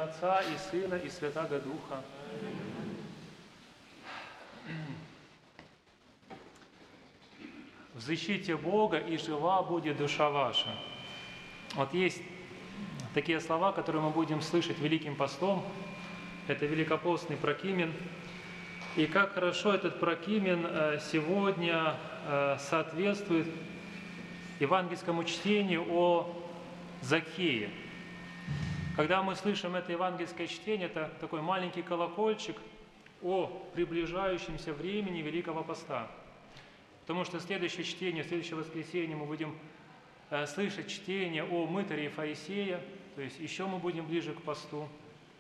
Отца и Сына и Святаго Духа. Взыщите Бога, и жива будет душа ваша. Вот есть такие слова, которые мы будем слышать Великим Постом. Это Великопостный Прокимен. И как хорошо этот Прокимен сегодня соответствует евангельскому чтению о Закхее. Когда мы слышим это евангельское чтение, это такой маленький колокольчик о приближающемся времени Великого Поста. Потому что следующее чтение, следующее воскресенье мы будем слышать чтение о мытаре и фарисее, то есть еще мы будем ближе к посту.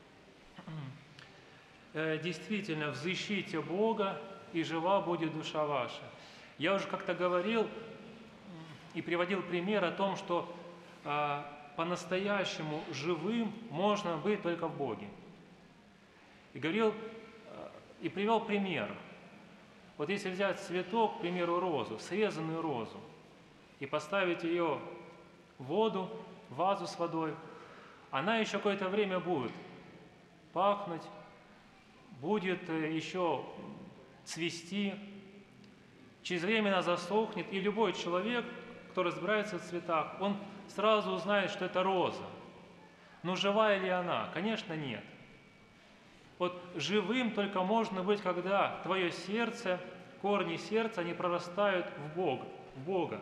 Действительно, взыщите Бога, и жива будет душа ваша. Я уже как-то говорил и приводил пример о том, что по-настоящему живым можно быть только в Боге. И говорил, и привел пример. Вот если взять цветок, к примеру, розу, срезанную розу, и поставить ее в воду, в вазу с водой, она еще какое-то время будет пахнуть, будет еще цвести, через время она засохнет, и любой человек, кто разбирается в цветах, он сразу узнает, что это роза. Но живая ли она? Конечно, нет. Вот живым только можно быть, когда твое сердце, корни сердца, они прорастают в Бога.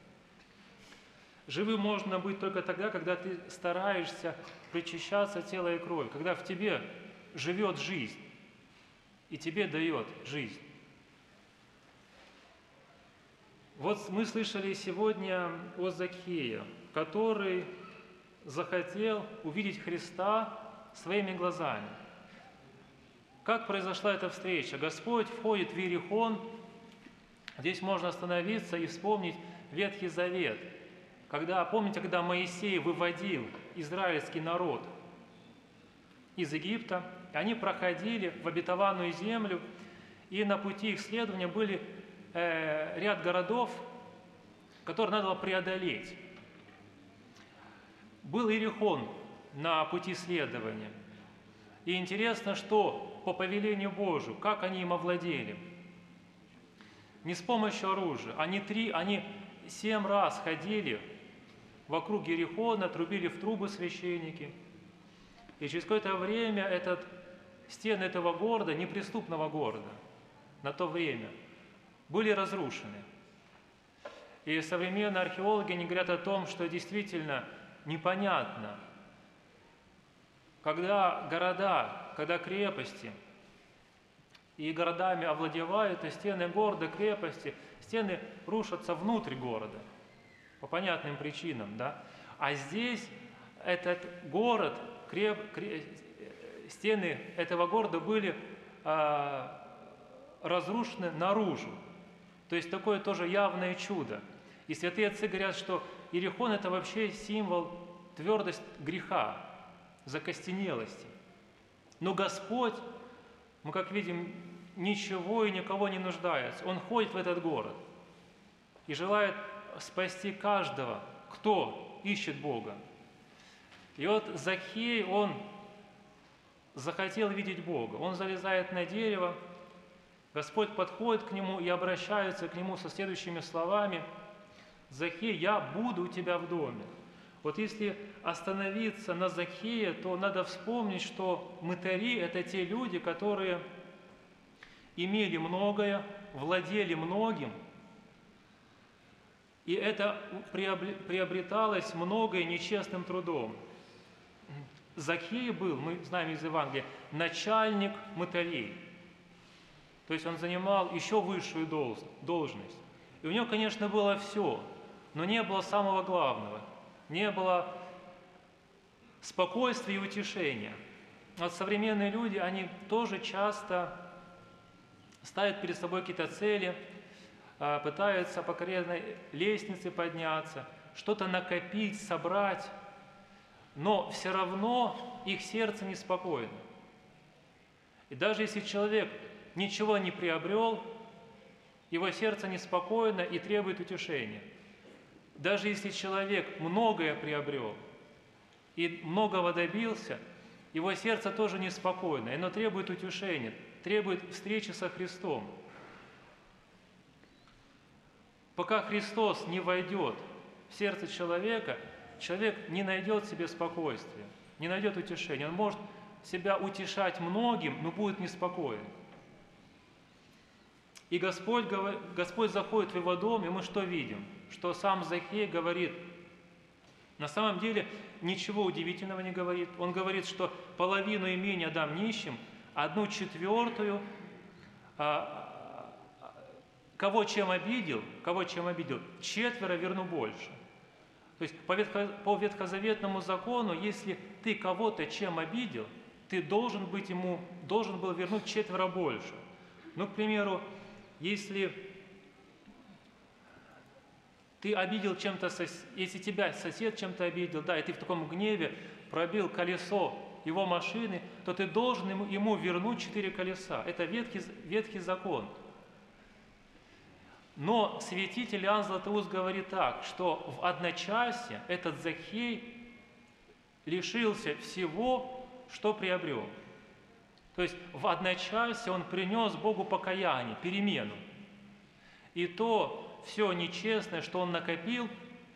Живым можно быть только тогда, когда ты стараешься причащаться тела и крови, когда в тебе живет жизнь и тебе дает жизнь. Вот мы слышали сегодня о Закхее, который захотел увидеть Христа своими глазами. Как произошла эта встреча? Господь входит в Иерихон. Здесь можно остановиться и вспомнить Ветхий Завет. Помните, когда Моисей выводил израильский народ из Египта, они проходили в обетованную землю, и на пути их следования были ряд городов, которые надо было преодолеть. Был Иерихон на пути следования. И интересно, что по повелению Божию, как они им овладели. Не с помощью оружия. Они 7 раз ходили вокруг Иерихона, трубили в трубы священники. И через какое-то время стены этого города, неприступного города, на то время, были разрушены. И современные археологи они говорят о том, что действительно непонятно, когда города, когда крепости и городами овладевают, и стены города, крепости, стены рушатся внутрь города по понятным причинам, да? А здесь этот город, стены этого города были разрушены наружу. То есть такое тоже явное чудо. И святые отцы говорят, что Иерихон – это вообще символ твердости греха, закостенелости. Но Господь, мы как видим, ничего и никого не нуждается. Он ходит в этот город и желает спасти каждого, кто ищет Бога. И вот Закхей, он захотел видеть Бога. Он залезает на дерево, Господь подходит к нему и обращается к нему со следующими словами: «Закхей, я буду у тебя в доме». Вот если остановиться на Закхее, то надо вспомнить, что мытари – это те люди, которые имели многое, владели многим, и это приобреталось многое нечестным трудом. Закхей был, мы знаем из Евангелия, начальник мытарей. То есть он занимал еще высшую должность. И у него, конечно, было все, но не было самого главного. Не было спокойствия и утешения. Вот современные люди, они тоже часто ставят перед собой какие-то цели, пытаются по карьерной лестнице подняться, что-то накопить, собрать, но все равно их сердце неспокойно. И даже если человек ничего не приобрел, его сердце неспокойно и требует утешения. Даже если человек многое приобрел и многого добился, Его сердце тоже неспокойно, и оно требует утешения, требует встречи со Христом. Пока Христос не войдет в сердце человека, человек не найдет себе спокойствия, не найдет утешения. Он может себя утешать многим, но будет неспокоен. И Господь заходит в его дом, и мы что видим? Что сам Захей говорит, на самом деле ничего удивительного не говорит. Он говорит, что половину имения дам нищим, 1/4, кого чем обидел, 4 верну больше. То есть по ветхозаветному закону, если ты кого-то чем обидел, ты должен был вернуть 4 больше. Ну, к примеру, если ты обидел чем-то, если тебя сосед чем-то обидел, да, и ты в таком гневе пробил колесо его машины, то ты должен ему вернуть 4 колеса. Это ветхий закон. Но святитель Иоанн Златоуст говорит так, что в одночасье этот Захей лишился всего, что приобрел. То есть в одночасье он принес Богу покаяние, перемену. И то все нечестное, что он накопил,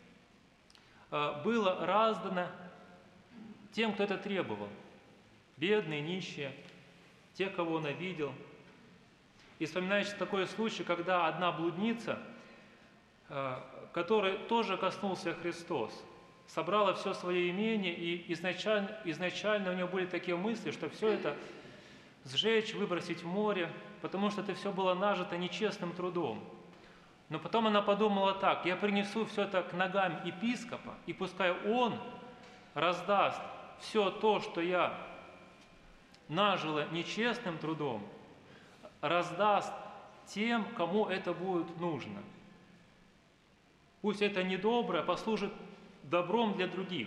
было раздано тем, кто это требовал. Бедные, нищие, те, кого он обидел. И вспоминается такой случай, когда одна блудница, которой тоже коснулся Христос, собрала все свое имение, и изначально у нее были такие мысли, что все это сжечь, выбросить в море, потому что это все было нажито нечестным трудом. Но потом она подумала так: я принесу все это к ногам епископа, и пускай он раздаст все то, что я нажила нечестным трудом, раздаст тем, кому это будет нужно. Пусть это недоброе послужит добром для других.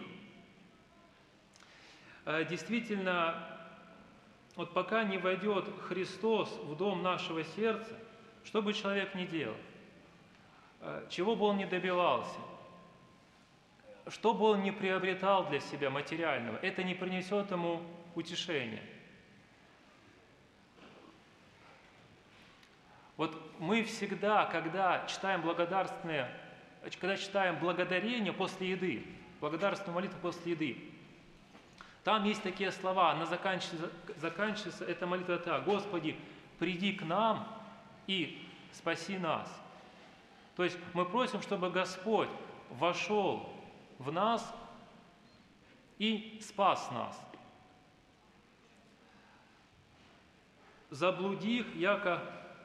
Действительно, вот пока не войдет Христос в дом нашего сердца, что бы человек ни делал, чего бы он ни добивался, что бы он ни приобретал для себя материального, это не принесет ему утешения. Вот мы всегда, когда читаем благодарение после еды, благодарственную молитву после еды, там есть такие слова, она заканчивается эта молитва так: «Господи, приди к нам и спаси нас». То есть мы просим, чтобы Господь вошел в нас и спас нас. «Заблудих, яко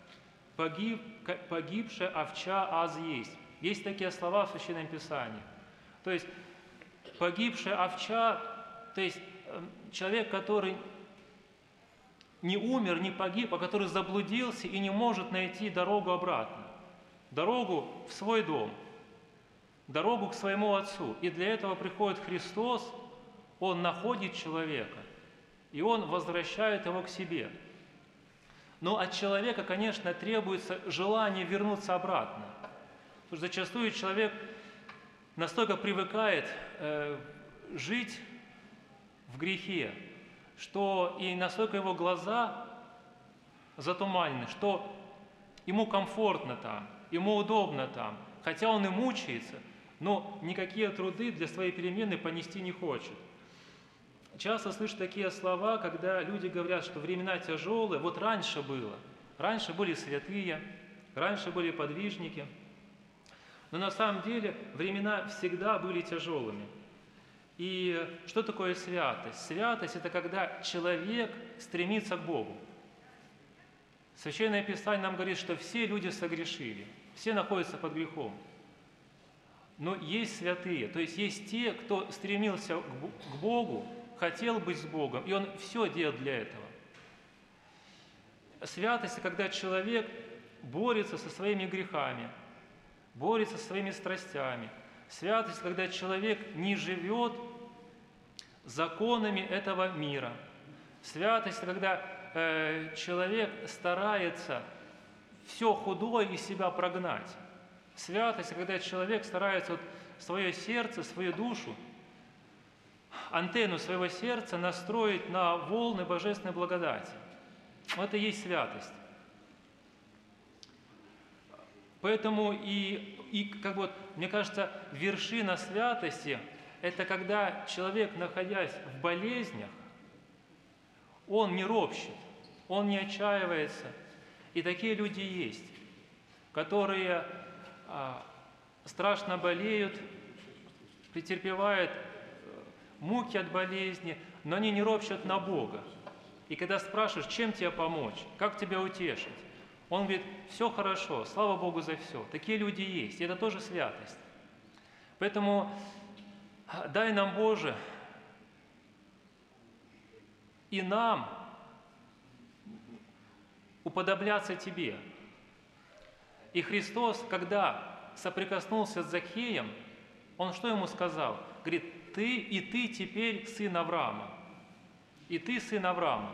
погибшая овча аз есть». Есть такие слова в Священном Писании. То есть погибшая овча, то есть человек, который не умер, не погиб, а который заблудился и не может найти дорогу обратно, дорогу в свой дом, дорогу к своему Отцу. И для этого приходит Христос, Он находит человека, и Он возвращает его к себе. Но от человека, конечно, требуется желание вернуться обратно. Потому что зачастую человек настолько привыкает жить в грехе, что и настолько его глаза затуманены, что ему комфортно там, ему удобно там, хотя он и мучается, но никакие труды для своей перемены понести не хочет. Часто слышу такие слова, когда люди говорят, что времена тяжелые. Вот раньше было. Раньше были святые, раньше были подвижники. Но на самом деле времена всегда были тяжелыми. И что такое святость? Святость – это когда человек стремится к Богу. Священное Писание нам говорит, что все люди согрешили, все находятся под грехом. Но есть святые, то есть есть те, кто стремился к Богу, хотел быть с Богом, и он все делал для этого. Святость – это когда человек борется со своими грехами, борется со своими страстями. Святость – когда человек не живет законами этого мира. Святость – когда человек старается все худое из себя прогнать. Святость – когда человек старается свое сердце, свою душу антенну своего сердца настроить на волны божественной благодати. Это и есть святость. Поэтому мне кажется, вершина святости – это когда человек, находясь в болезнях, он не ропщет, он не отчаивается. И такие люди есть, которые страшно болеют, претерпевают муки от болезни, но они не ропщат на Бога. И когда спрашиваешь, чем тебе помочь, как тебя утешить, он говорит, все хорошо, слава Богу за все. Такие люди есть, и это тоже святость. Поэтому дай нам, Боже, и нам уподобляться Тебе. И Христос, когда соприкоснулся с Закхеем, Он что ему сказал? Говорит, ты теперь сын Авраама. И ты сын Авраама.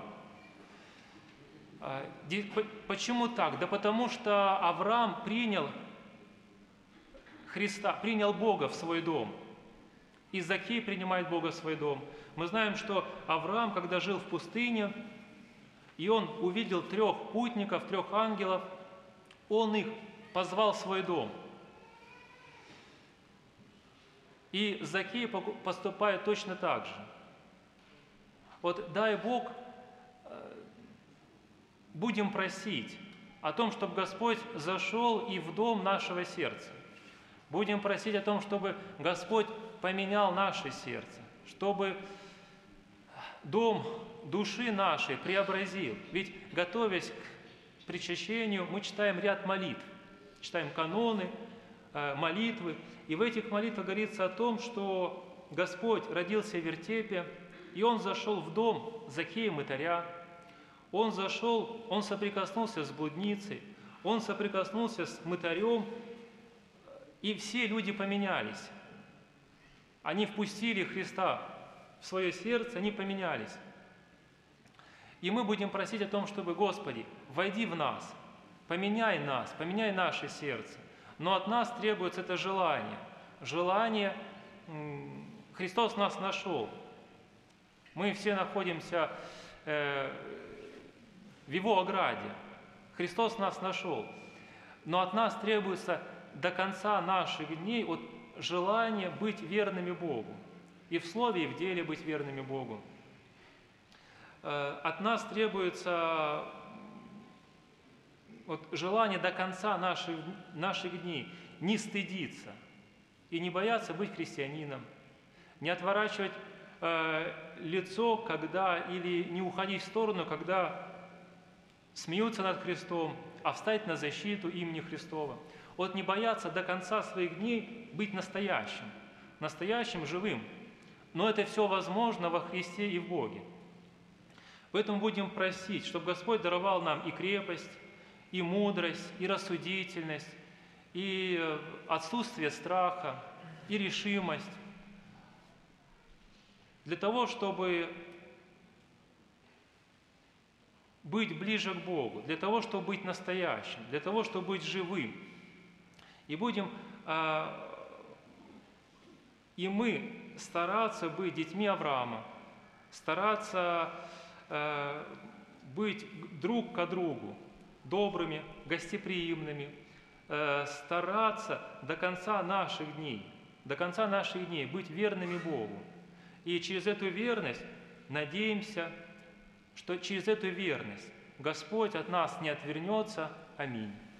Почему так? Да потому что Авраам принял Христа, принял Бога в свой дом. И Закхей принимает Бога в свой дом. Мы знаем, что Авраам, когда жил в пустыне, и он увидел 3 путников, 3 ангелов, он их позвал в свой дом. И Закхей поступает точно так же. Вот дай Бог, будем просить о том, чтобы Господь зашел и в дом нашего сердца. Будем просить о том, чтобы Господь поменял наше сердце, чтобы дом души нашей преобразил. Ведь, готовясь к причащению, мы читаем ряд молитв, читаем каноны, молитвы. И в этих молитвах говорится о том, что Господь родился в вертепе, и Он зашел в дом Закхея мытаря. Он зашел, Он соприкоснулся с блудницей, Он соприкоснулся с мытарем, и все люди поменялись. Они впустили Христа в свое сердце, они поменялись. И мы будем просить о том, чтобы, Господи, войди в нас, поменяй наше сердце. Но от нас требуется это желание. Желание, Христос нас нашел. Мы все находимся в Его ограде. Христос нас нашел. Но от нас требуется до конца наших дней желание быть верными Богу. И в слове, и в деле быть верными Богу. От нас требуется желание до конца наших дней не стыдиться и не бояться быть христианином, не отворачивать лицо, или не уходить в сторону, когда смеются над Христом, а встать на защиту имени Христова. Не бояться до конца своих дней быть настоящим, живым. Но это все возможно во Христе и в Боге. Поэтому будем просить, чтобы Господь даровал нам и крепость, и мудрость, и рассудительность, и отсутствие страха, и решимость, для того, чтобы быть ближе к Богу, для того, чтобы быть настоящим, для того, чтобы быть живым. И будем и мы стараться быть детьми Авраама, стараться быть друг к другу добрыми, гостеприимными, стараться до конца наших дней быть верными Богу. И через эту верность надеемся, что через эту верность Господь от нас не отвернется. Аминь.